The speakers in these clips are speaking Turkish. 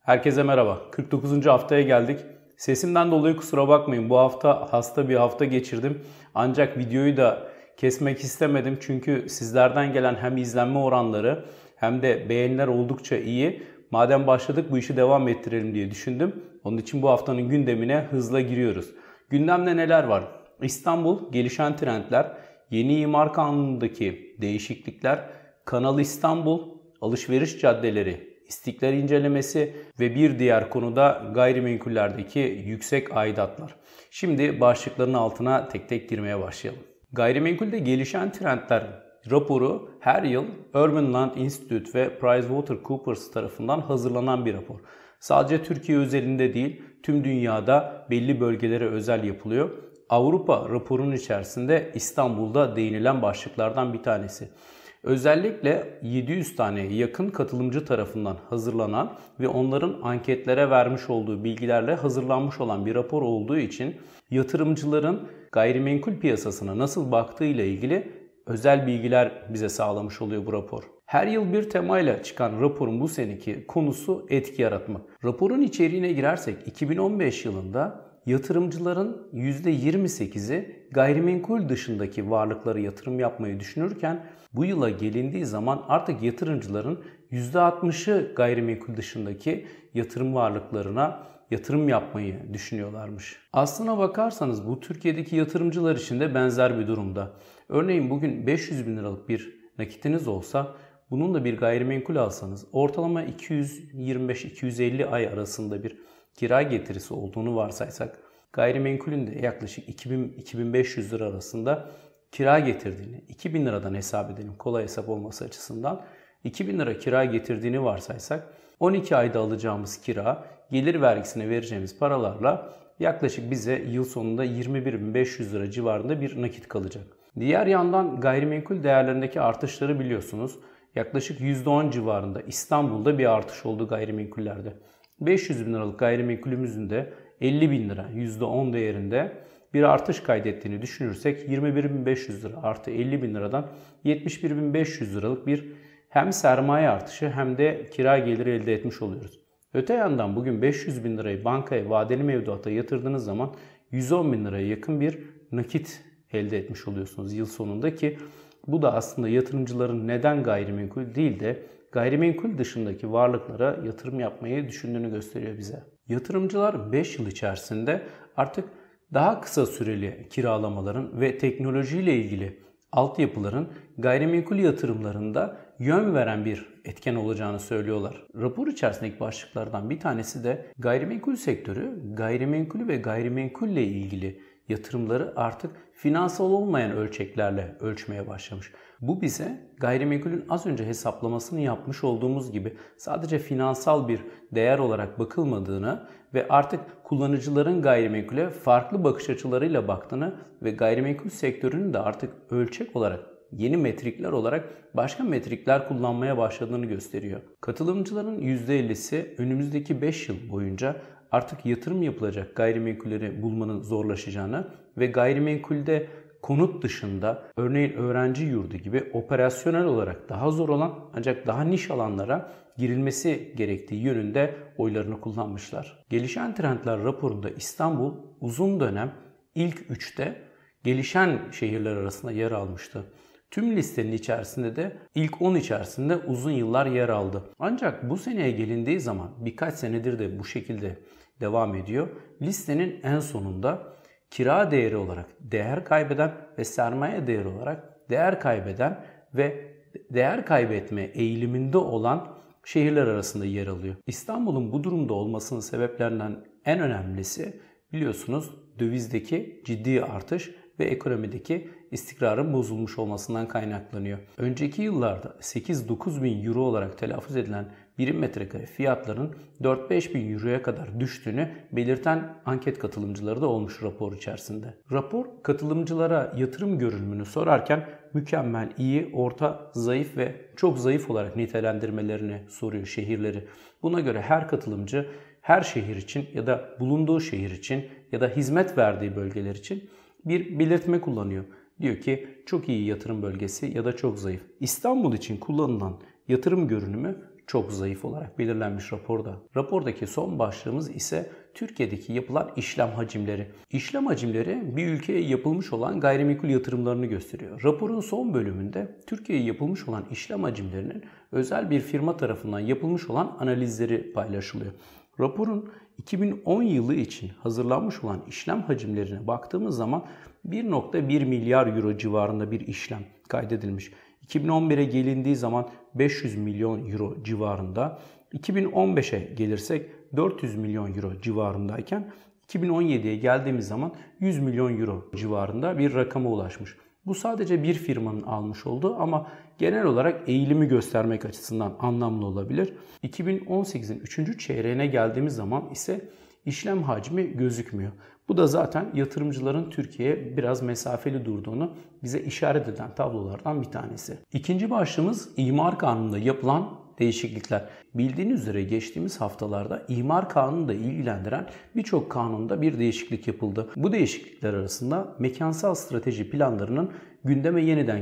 Herkese merhaba. 49. haftaya geldik. Sesimden dolayı kusura bakmayın. Bu hafta hasta bir hafta geçirdim. Ancak videoyu da kesmek istemedim. Çünkü sizlerden gelen hem izlenme oranları hem de beğeniler oldukça iyi. Madem başladık bu işi devam ettirelim diye düşündüm. Onun için bu haftanın gündemine hızla giriyoruz. Gündemde neler var? İstanbul, gelişen trendler, yeni imar kanunundaki değişiklikler, Kanal İstanbul, alışveriş caddeleri, İstiklal incelemesi ve bir diğer konuda gayrimenkullerdeki yüksek aidatlar. Şimdi başlıkların altına tek tek girmeye başlayalım. Gayrimenkulde gelişen trendler raporu her yıl Urban Land Institute ve PricewaterhouseCoopers tarafından hazırlanan bir rapor. Sadece Türkiye özelinde değil, tüm dünyada belli bölgelere özel yapılıyor. Avrupa raporunun içerisinde İstanbul'da değinilen başlıklardan bir tanesi. Özellikle 700 tane yakın katılımcı tarafından hazırlanan ve onların anketlere vermiş olduğu bilgilerle hazırlanmış olan bir rapor olduğu için yatırımcıların gayrimenkul piyasasına nasıl baktığı ile ilgili özel bilgiler bize sağlamış oluyor bu rapor. Her yıl bir temayla çıkan raporun bu seneki konusu etki yaratmak. Raporun içeriğine girersek 2015 yılında yatırımcıların %28'i gayrimenkul dışındaki varlıklara yatırım yapmayı düşünürken bu yıla gelindiği zaman artık yatırımcıların %60'ı gayrimenkul dışındaki yatırım varlıklarına yatırım yapmayı düşünüyorlarmış. Aslına bakarsanız bu Türkiye'deki yatırımcılar için de benzer bir durumda. Örneğin bugün 500 bin liralık bir nakitiniz olsa bununla bir gayrimenkul alsanız ortalama 225-250 ay arasında bir kira getirisi olduğunu varsaysak gayrimenkulün de yaklaşık 2000-2500 lira arasında kira getirdiğini 2000 liradan hesap edelim kolay hesap olması açısından 2000 lira kira getirdiğini varsaysak 12 ayda alacağımız kira gelir vergisine vereceğimiz paralarla yaklaşık bize yıl sonunda 21.500 lira civarında bir nakit kalacak. Diğer yandan gayrimenkul değerlerindeki artışları biliyorsunuz. Yaklaşık %10 civarında İstanbul'da bir artış oldu gayrimenkullerde. 500 bin liralık gayrimenkulümüzün de 50 bin lira %10 değerinde bir artış kaydettiğini düşünürsek 21.500 lira artı 50 bin liradan 71.500 liralık bir hem sermaye artışı hem de kira geliri elde etmiş oluyoruz. Öte yandan bugün 500 bin lirayı bankaya vadeli mevduata yatırdığınız zaman 110 bin liraya yakın bir nakit elde etmiş oluyorsunuz yıl sonunda ki bu da aslında yatırımcıların neden gayrimenkul değil de gayrimenkul dışındaki varlıklara yatırım yapmayı düşündüğünü gösteriyor bize. Yatırımcılar 5 yıl içerisinde artık daha kısa süreli kiralamaların ve teknolojiyle ilgili altyapıların gayrimenkul yatırımlarında yön veren bir etken olacağını söylüyorlar. Rapor içerisindeki başlıklardan bir tanesi de gayrimenkul sektörü, gayrimenkulü ve gayrimenkulle ilgili yatırımları artık finansal olmayan ölçeklerle ölçmeye başlamış. Bu bize gayrimenkulün az önce hesaplamasını yapmış olduğumuz gibi sadece finansal bir değer olarak bakılmadığını ve artık kullanıcıların gayrimenkule farklı bakış açılarıyla baktığını ve gayrimenkul sektörünün de artık ölçek olarak yeni metrikler olarak başka metrikler kullanmaya başladığını gösteriyor. Katılımcıların %50'si önümüzdeki 5 yıl boyunca artık yatırım yapılacak gayrimenkulleri bulmanın zorlaşacağını ve gayrimenkulde konut dışında örneğin öğrenci yurdu gibi operasyonel olarak daha zor olan ancak daha niş alanlara girilmesi gerektiği yönünde oylarını kullanmışlar. Gelişen trendler raporunda İstanbul uzun dönem ilk 3'te gelişen şehirler arasında yer almıştı. Tüm listenin içerisinde de ilk 10 içerisinde uzun yıllar yer aldı. Ancak bu seneye gelindiği zaman birkaç senedir de bu şekilde devam ediyor. Listenin en sonunda kira değeri olarak değer kaybeden ve sermaye değeri olarak değer kaybeden ve değer kaybetme eğiliminde olan şehirler arasında yer alıyor. İstanbul'un bu durumda olmasının sebeplerinden en önemlisi biliyorsunuz dövizdeki ciddi artış ve ekonomideki istikrarın bozulmuş olmasından kaynaklanıyor. Önceki yıllarda 8-9 bin euro olarak telaffuz edilen birim metrekare fiyatların 4-5 bin euroya kadar düştüğünü belirten anket katılımcıları da olmuş rapor içerisinde. Rapor katılımcılara yatırım görünümünü sorarken mükemmel, iyi, orta, zayıf ve çok zayıf olarak nitelendirmelerini soruyor şehirleri. Buna göre her katılımcı her şehir için ya da bulunduğu şehir için ya da hizmet verdiği bölgeler için bir belirtme kullanıyor. Diyor ki çok iyi yatırım bölgesi ya da çok zayıf. İstanbul için kullanılan yatırım görünümü çok zayıf olarak belirlenmiş raporda. Rapordaki son başlığımız ise Türkiye'deki yapılan işlem hacimleri. İşlem hacimleri bir ülkeye yapılmış olan gayrimenkul yatırımlarını gösteriyor. Raporun son bölümünde Türkiye'ye yapılmış olan işlem hacimlerinin özel bir firma tarafından yapılmış olan analizleri paylaşılıyor. Raporun 2010 yılı için hazırlanmış olan işlem hacimlerine baktığımız zaman 1.1 milyar euro civarında bir işlem kaydedilmiş. 2011'e gelindiği zaman 500 milyon euro civarında, 2015'e gelirsek 400 milyon euro civarındayken 2017'ye geldiğimiz zaman 100 milyon euro civarında bir rakama ulaşmış. Bu sadece bir firmanın almış olduğu ama genel olarak eğilimi göstermek açısından anlamlı olabilir. 2018'in 3. çeyreğine geldiğimiz zaman ise işlem hacmi gözükmüyor. Bu da zaten yatırımcıların Türkiye'ye biraz mesafeli durduğunu bize işaret eden tablolardan bir tanesi. İkinci başlığımız imar kanununda yapılan değişiklikler. Bildiğiniz üzere geçtiğimiz haftalarda imar kanunu da ilgilendiren birçok kanunda bir değişiklik yapıldı. Bu değişiklikler arasında mekansal strateji planlarının gündeme yeniden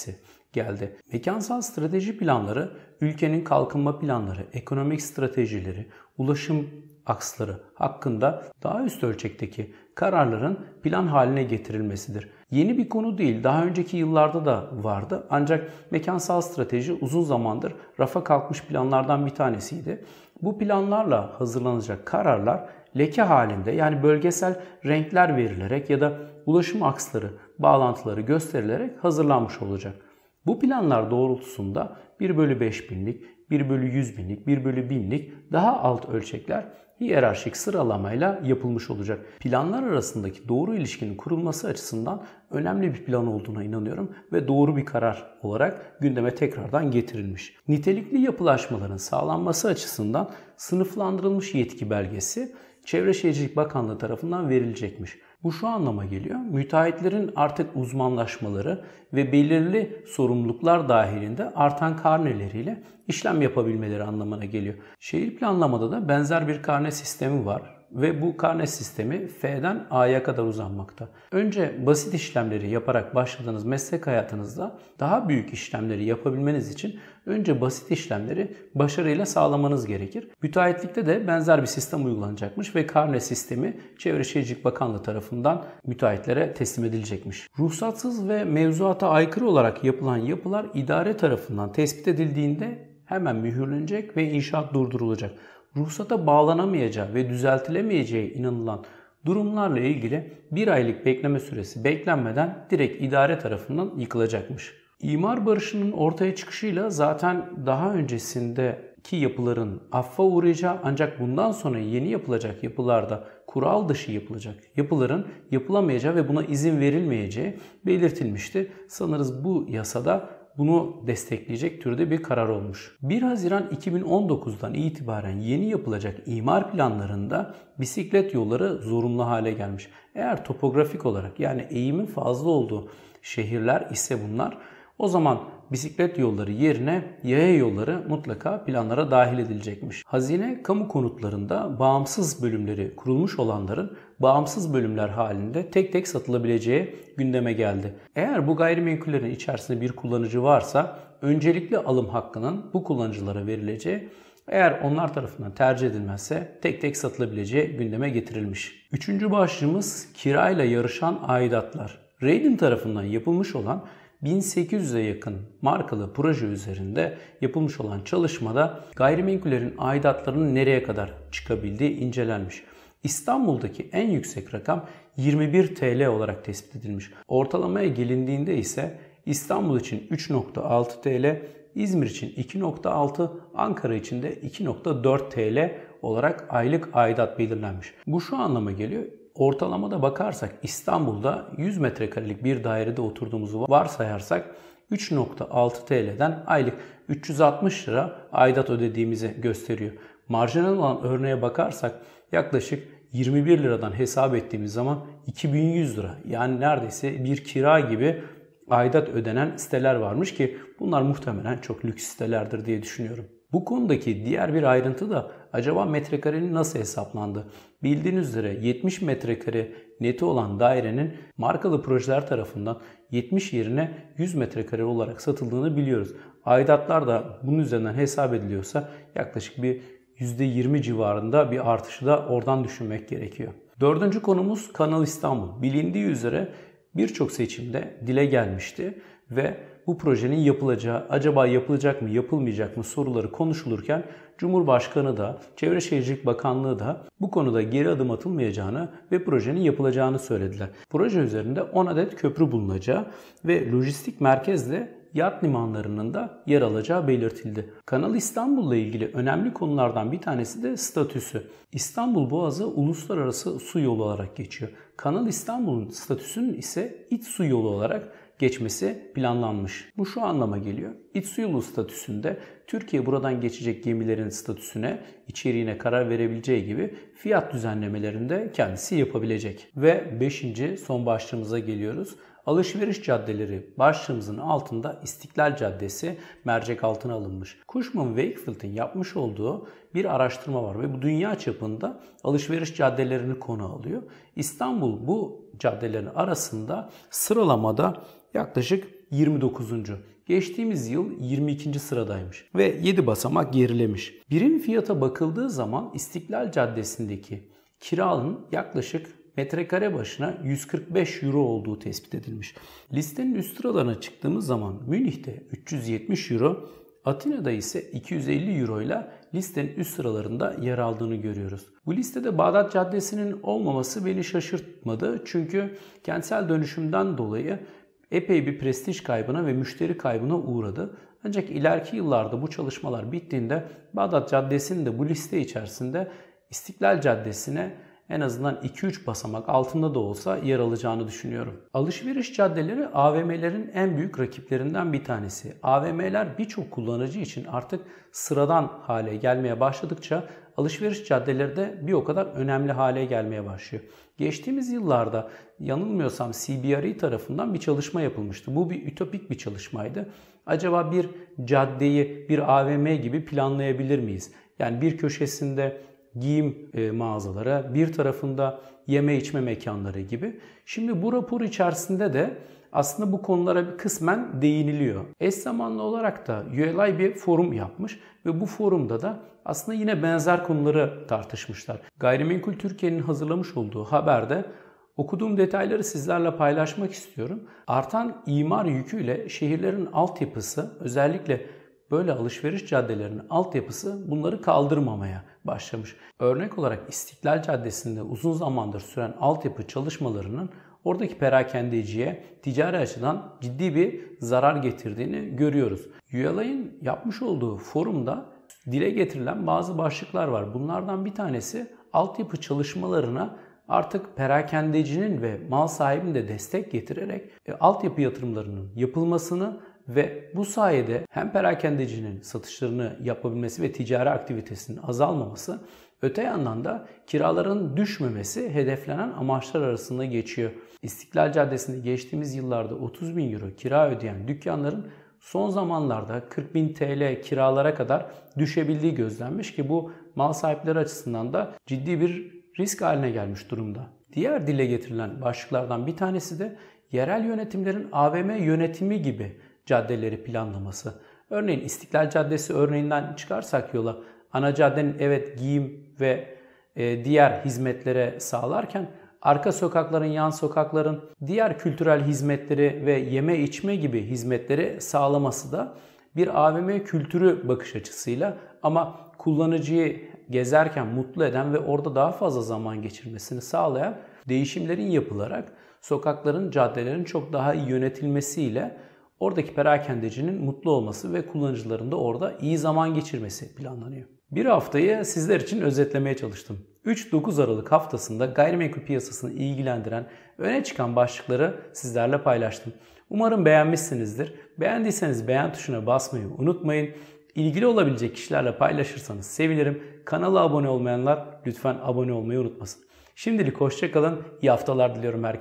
geldi. Mekansal strateji planları ülkenin kalkınma planları, ekonomik stratejileri, ulaşım aksları hakkında daha üst ölçekteki kararların plan haline getirilmesidir. Yeni bir konu değil, daha önceki yıllarda da vardı. Ancak mekansal strateji uzun zamandır rafa kalkmış planlardan bir tanesiydi. Bu planlarla hazırlanacak kararlar leke halinde, yani bölgesel renkler verilerek ya da ulaşım aksları, bağlantıları gösterilerek hazırlanmış olacak. Bu planlar doğrultusunda 1/5000'lik, 1/100.000'lik, 1/1000'lik daha alt ölçekler hiyerarşik sıralamayla yapılmış olacak. Planlar arasındaki doğru ilişkinin kurulması açısından önemli bir plan olduğuna inanıyorum ve doğru bir karar olarak gündeme tekrardan getirilmiş. Nitelikli yapılaşmaların sağlanması açısından sınıflandırılmış yetki belgesi Çevre Şehircilik Bakanlığı tarafından verilecekmiş. Bu şu anlama geliyor: müteahhitlerin artık uzmanlaşmaları ve belirli sorumluluklar dahilinde artan karneleriyle işlem yapabilmeleri anlamına geliyor. Şehir planlamada da benzer bir karne sistemi var ve bu karne sistemi F'den A'ya kadar uzanmakta. Önce basit işlemleri yaparak başladığınız meslek hayatınızda daha büyük işlemleri yapabilmeniz için önce basit işlemleri başarıyla sağlamanız gerekir. Müteahhitlikte de benzer bir sistem uygulanacakmış ve karne sistemi Çevre Şehircilik Bakanlığı tarafından müteahhitlere teslim edilecekmiş. Ruhsatsız ve mevzuata aykırı olarak yapılan yapılar idare tarafından tespit edildiğinde hemen mühürlenecek ve inşaat durdurulacak. Ruhsata bağlanamayacağı ve düzeltilemeyeceği inanılan durumlarla ilgili 1 aylık bekleme süresi beklenmeden direkt idare tarafından yıkılacakmış. İmar barışının ortaya çıkışıyla zaten daha öncesindeki yapıların affa uğrayacağı, ancak bundan sonra yeni yapılacak yapılarda kural dışı yapılacak yapıların yapılamayacağı ve buna izin verilmeyeceği belirtilmişti. Sanırız bu yasada bunu destekleyecek türde bir karar olmuş. 1 Haziran 2019'dan itibaren yeni yapılacak imar planlarında bisiklet yolları zorunlu hale gelmiş. Eğer topografik olarak, yani eğimin fazla olduğu şehirler ise bunlar, o zaman bisiklet yolları yerine yaya yolları mutlaka planlara dahil edilecekmiş. Hazine kamu konutlarında bağımsız bölümleri kurulmuş olanların bağımsız bölümler halinde tek tek satılabileceği gündeme geldi. Eğer bu gayrimenkullerin içerisinde bir kullanıcı varsa öncelikli alım hakkının bu kullanıcılara verileceği, eğer onlar tarafından tercih edilmezse tek tek satılabileceği gündeme getirilmiş. Üçüncü başlığımız kirayla yarışan aidatlar. Raiden tarafından yapılmış olan 1800'e yakın markalı proje üzerinde yapılmış olan çalışmada gayrimenkullerin aidatlarının nereye kadar çıkabildiği incelenmiş. İstanbul'daki en yüksek rakam 21 TL olarak tespit edilmiş. Ortalamaya gelindiğinde ise İstanbul için 3.6 TL, İzmir için 2.6, Ankara için de 2.4 TL olarak aylık aidat belirlenmiş. Bu şu anlama geliyor: ortalamada bakarsak İstanbul'da 100 metrekarelik bir dairede oturduğumuzu varsayarsak 3.6 TL'den aylık 360 lira aidat ödediğimizi gösteriyor. Marjinal olan örneğe bakarsak yaklaşık 21 liradan hesap ettiğimiz zaman 2100 lira, yani neredeyse bir kira gibi aidat ödenen siteler varmış ki bunlar muhtemelen çok lüks sitelerdir diye düşünüyorum. Bu konudaki diğer bir ayrıntı da acaba metrekarenin nasıl hesaplandı? Bildiğiniz üzere 70 metrekare neti olan dairenin markalı projeler tarafından 70 yerine 100 metrekare olarak satıldığını biliyoruz. Aidatlar da bunun üzerinden hesap ediliyorsa yaklaşık bir %20 civarında bir artışı da oradan düşünmek gerekiyor. Dördüncü konumuz Kanal İstanbul. Bilindiği üzere birçok seçimde dile gelmişti ve bu projenin yapılacağı, acaba yapılacak mı, yapılmayacak mı soruları konuşulurken Cumhurbaşkanı da, Çevre Şehircilik Bakanlığı da bu konuda geri adım atılmayacağını ve projenin yapılacağını söylediler. Proje üzerinde 10 adet köprü bulunacağı ve lojistik merkezle yat limanlarının da yer alacağı belirtildi. Kanal İstanbul'la ilgili önemli konulardan bir tanesi de statüsü. İstanbul Boğazı uluslararası su yolu olarak geçiyor. Kanal İstanbul'un statüsünün ise iç su yolu olarak geçmesi planlanmış. Bu şu anlama geliyor. İç su yolu statüsünde Türkiye buradan geçecek gemilerin statüsüne, içeriğine karar verebileceği gibi fiyat düzenlemelerini de kendisi yapabilecek. Ve 5. son başlığımıza geliyoruz. Alışveriş caddeleri başlığımızın altında İstiklal Caddesi mercek altına alınmış. Cushman & Wakefield'in yapmış olduğu bir araştırma var ve bu dünya çapında alışveriş caddelerini konu alıyor. İstanbul bu caddelerin arasında sıralamada yaklaşık 29. Geçtiğimiz yıl 22. sıradaymış ve 7 basamak gerilemiş. Birim fiyata bakıldığı zaman İstiklal Caddesi'ndeki kiranın yaklaşık metrekare başına 145 euro olduğu tespit edilmiş. Listenin üst sıralarına çıktığımız zaman Münih'te 370 euro, Atina'da ise 250 euro ile listenin üst sıralarında yer aldığını görüyoruz. Bu listede Bağdat Caddesi'nin olmaması beni şaşırtmadı. Çünkü kentsel dönüşümden dolayı epey bir prestij kaybına ve müşteri kaybına uğradı. Ancak ileriki yıllarda bu çalışmalar bittiğinde Bağdat Caddesi'nin de bu liste içerisinde İstiklal Caddesi'ne en azından 2-3 basamak altında da olsa yer alacağını düşünüyorum. Alışveriş caddeleri AVM'lerin en büyük rakiplerinden bir tanesi. AVM'ler birçok kullanıcı için artık sıradan hale gelmeye başladıkça alışveriş caddeleri de bir o kadar önemli hale gelmeye başlıyor. Geçtiğimiz yıllarda yanılmıyorsam CBRE tarafından bir çalışma yapılmıştı. Bu bir ütopik bir çalışmaydı. Acaba bir caddeyi bir AVM gibi planlayabilir miyiz? Yani bir köşesinde giyim mağazaları, bir tarafında yeme içme mekanları gibi. Şimdi bu rapor içerisinde de aslında bu konulara bir kısmen değiniliyor. Eş zamanlı olarak da ULI bir forum yapmış ve bu forumda da aslında yine benzer konuları tartışmışlar. Gayrimenkul Türkiye'nin hazırlamış olduğu haberde okuduğum detayları sizlerle paylaşmak istiyorum. Artan imar yüküyle şehirlerin altyapısı, özellikle böyle alışveriş caddelerinin altyapısı bunları kaldırmamaya başlamış. Örnek olarak İstiklal Caddesi'nde uzun zamandır süren altyapı çalışmalarının oradaki perakendeciye ticari açıdan ciddi bir zarar getirdiğini görüyoruz. ULI'nin yapmış olduğu forumda dile getirilen bazı başlıklar var. Bunlardan bir tanesi altyapı çalışmalarına artık perakendecinin ve mal sahibinin de destek getirerek altyapı yatırımlarının yapılmasını ve bu sayede hem perakendecinin satışlarını yapabilmesi ve ticari aktivitesinin azalmaması, öte yandan da kiraların düşmemesi hedeflenen amaçlar arasında geçiyor. İstiklal Caddesi'nde geçtiğimiz yıllarda 30 bin euro kira ödeyen dükkanların son zamanlarda 40 bin TL kiralara kadar düşebildiği gözlenmiş ki bu mal sahipleri açısından da ciddi bir risk haline gelmiş durumda. Diğer dile getirilen başlıklardan bir tanesi de yerel yönetimlerin AVM yönetimi gibi caddeleri planlaması. Örneğin İstiklal Caddesi örneğinden çıkarsak yola, ana caddenin evet giyim ve diğer hizmetlere sağlarken arka sokakların, yan sokakların diğer kültürel hizmetleri ve yeme içme gibi hizmetleri sağlaması da bir AVM kültürü bakış açısıyla ama kullanıcıyı gezerken mutlu eden ve orada daha fazla zaman geçirmesini sağlayan değişimlerin yapılarak sokakların, caddelerin çok daha iyi yönetilmesiyle oradaki perakendecinin mutlu olması ve kullanıcıların da orada iyi zaman geçirmesi planlanıyor. Bir haftayı sizler için özetlemeye çalıştım. 3-9 Aralık haftasında gayrimenkul piyasasını ilgilendiren öne çıkan başlıkları sizlerle paylaştım. Umarım beğenmişsinizdir. Beğendiyseniz beğen tuşuna basmayı unutmayın. İlgili olabilecek kişilerle paylaşırsanız sevinirim. Kanala abone olmayanlar lütfen abone olmayı unutmasın. Şimdilik hoşça kalın. İyi haftalar diliyorum herkese.